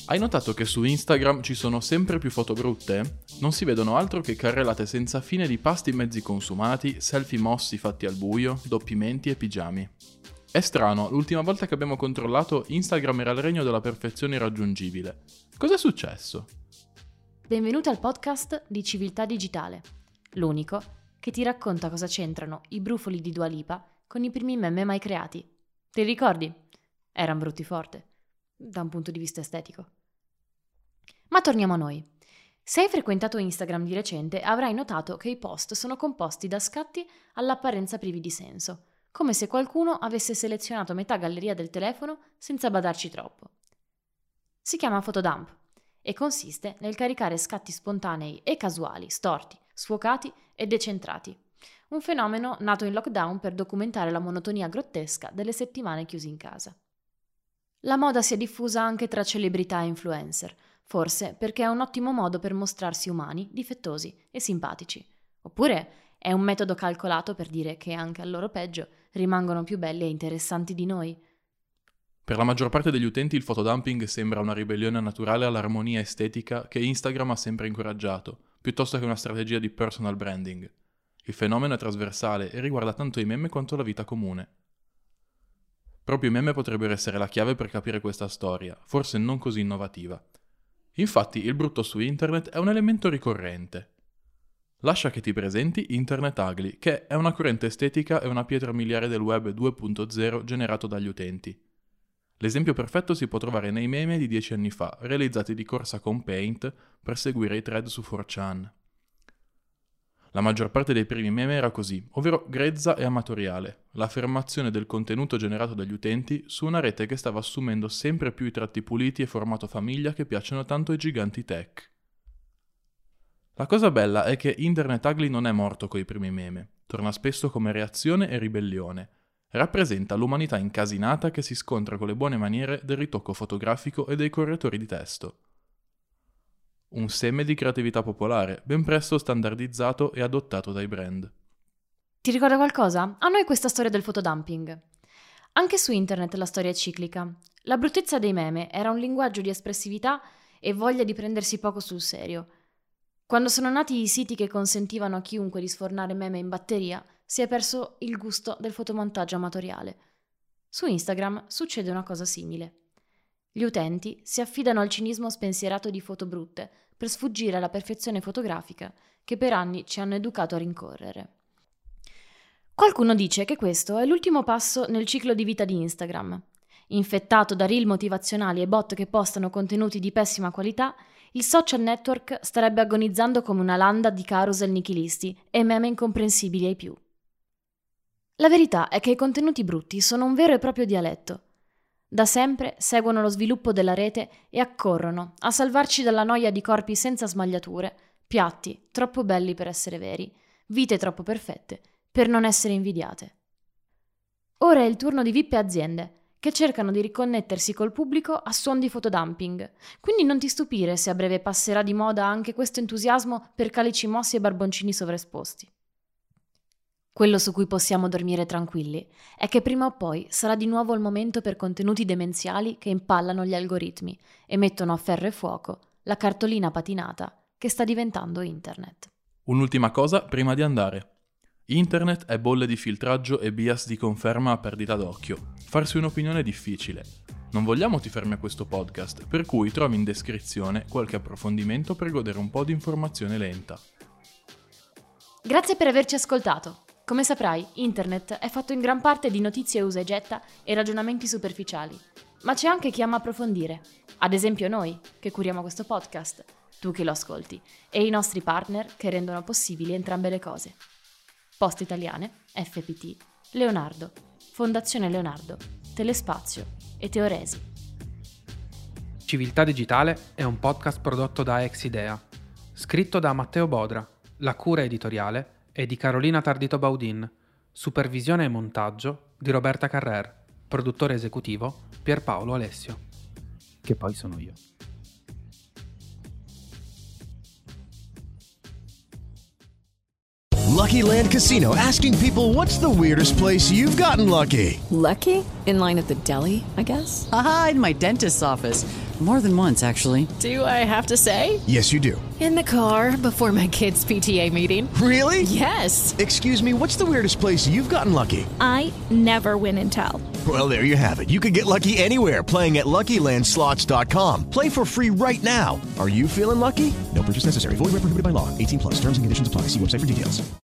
Hai notato che su Instagram ci sono sempre più foto brutte? Non si vedono altro che carrellate senza fine di pasti mezzi consumati, selfie mossi fatti al buio, doppi menti e pigiami. È strano, l'ultima volta che abbiamo controllato Instagram era il regno della perfezione irraggiungibile. Cos'è successo? Benvenuto al podcast di Civiltà Digitale, l'unico che ti racconta cosa c'entrano i brufoli di Dua Lipa con i primi meme mai creati. Ti ricordi? Eran brutti forte, da un punto di vista estetico. Ma torniamo a noi. Se hai frequentato Instagram di recente, avrai notato che i post sono composti da scatti all'apparenza privi di senso, come se qualcuno avesse selezionato metà galleria del telefono senza badarci troppo. Si chiama photodump e consiste nel caricare scatti spontanei e casuali, storti, sfocati e decentrati. Un fenomeno nato in lockdown per documentare la monotonia grottesca delle settimane chiusi in casa. La moda si è diffusa anche tra celebrità e influencer, forse perché è un ottimo modo per mostrarsi umani, difettosi e simpatici. Oppure è un metodo calcolato per dire che anche al loro peggio rimangono più belli e interessanti di noi. Per la maggior parte degli utenti il fotodumping sembra una ribellione naturale all'armonia estetica che Instagram ha sempre incoraggiato, piuttosto che una strategia di personal branding. Il fenomeno è trasversale e riguarda tanto i meme quanto la vita comune. Proprio i meme potrebbero essere la chiave per capire questa storia, forse non così innovativa. Infatti il brutto su internet è un elemento ricorrente. Lascia che ti presenti Internet Ugly, che è una corrente estetica e una pietra miliare del web 2.0 generato dagli utenti. L'esempio perfetto si può trovare nei meme di 10 anni fa, realizzati di corsa con Paint per seguire i thread su 4chan. La maggior parte dei primi meme era così, ovvero grezza e amatoriale, l'affermazione del contenuto generato dagli utenti su una rete che stava assumendo sempre più i tratti puliti e formato famiglia che piacciono tanto ai giganti tech. La cosa bella è che Internet Ugly non è morto coi primi meme, torna spesso come reazione e ribellione. Rappresenta l'umanità incasinata che si scontra con le buone maniere del ritocco fotografico e dei correttori di testo. Un seme di creatività popolare, ben presto standardizzato e adottato dai brand. Ti ricorda qualcosa? A noi questa storia del fotodumping. Anche su internet la storia è ciclica. La bruttezza dei meme era un linguaggio di espressività e voglia di prendersi poco sul serio. Quando sono nati i siti che consentivano a chiunque di sfornare meme in batteria, si è perso il gusto del fotomontaggio amatoriale. Su Instagram succede una cosa simile. Gli utenti si affidano al cinismo spensierato di foto brutte per sfuggire alla perfezione fotografica che per anni ci hanno educato a rincorrere. Qualcuno dice che questo è l'ultimo passo nel ciclo di vita di Instagram. Infettato da reel motivazionali e bot che postano contenuti di pessima qualità, il social network starebbe agonizzando come una landa di carousel nichilisti e meme incomprensibili ai più. La verità è che i contenuti brutti sono un vero e proprio dialetto. Da sempre seguono lo sviluppo della rete e accorrono a salvarci dalla noia di corpi senza smagliature, piatti troppo belli per essere veri, vite troppo perfette per non essere invidiate. Ora è il turno di VIP e aziende che cercano di riconnettersi col pubblico a suon di fotodumping, quindi non ti stupire se a breve passerà di moda anche questo entusiasmo per calici mossi e barboncini sovraesposti. Quello su cui possiamo dormire tranquilli è che prima o poi sarà di nuovo il momento per contenuti demenziali che impallano gli algoritmi e mettono a ferro e fuoco la cartolina patinata che sta diventando internet. Un'ultima cosa prima di andare. Internet è bolle di filtraggio e bias di conferma a perdita d'occhio. Farsi un'opinione è difficile. Non vogliamo ti fermi a questo podcast, per cui trovi in descrizione qualche approfondimento per godere un po' di informazione lenta. Grazie per averci ascoltato. Come saprai, internet è fatto in gran parte di notizie usa e getta e ragionamenti superficiali. Ma c'è anche chi ama approfondire. Ad esempio noi, che curiamo questo podcast, tu che lo ascolti, e i nostri partner che rendono possibili entrambe le cose. Poste Italiane, FPT, Leonardo, Fondazione Leonardo, Telespazio e Teoresi. Civiltà Digitale è un podcast prodotto da Exidea, scritto da Matteo Bodra, la cura editoriale è di Carolina Tardito Baudin, supervisione e montaggio di Roberta Carrer, produttore esecutivo Pierpaolo Alessio, che poi sono io. Lucky Land Casino, asking people, what's the weirdest place you've gotten lucky? Lucky? In line at the deli, I guess? Aha, in my dentist's office. More than once, actually. Do I have to say? Yes, you do. In the car before my kids' PTA meeting. Really? Yes. Excuse me, what's the weirdest place you've gotten lucky? I never win and tell. Well, there you have it. You can get lucky anywhere, playing at LuckyLandSlots.com. Play for free right now. Are you feeling lucky? No purchase necessary. Void where prohibited by law. 18 plus. Terms and conditions apply. See website for details.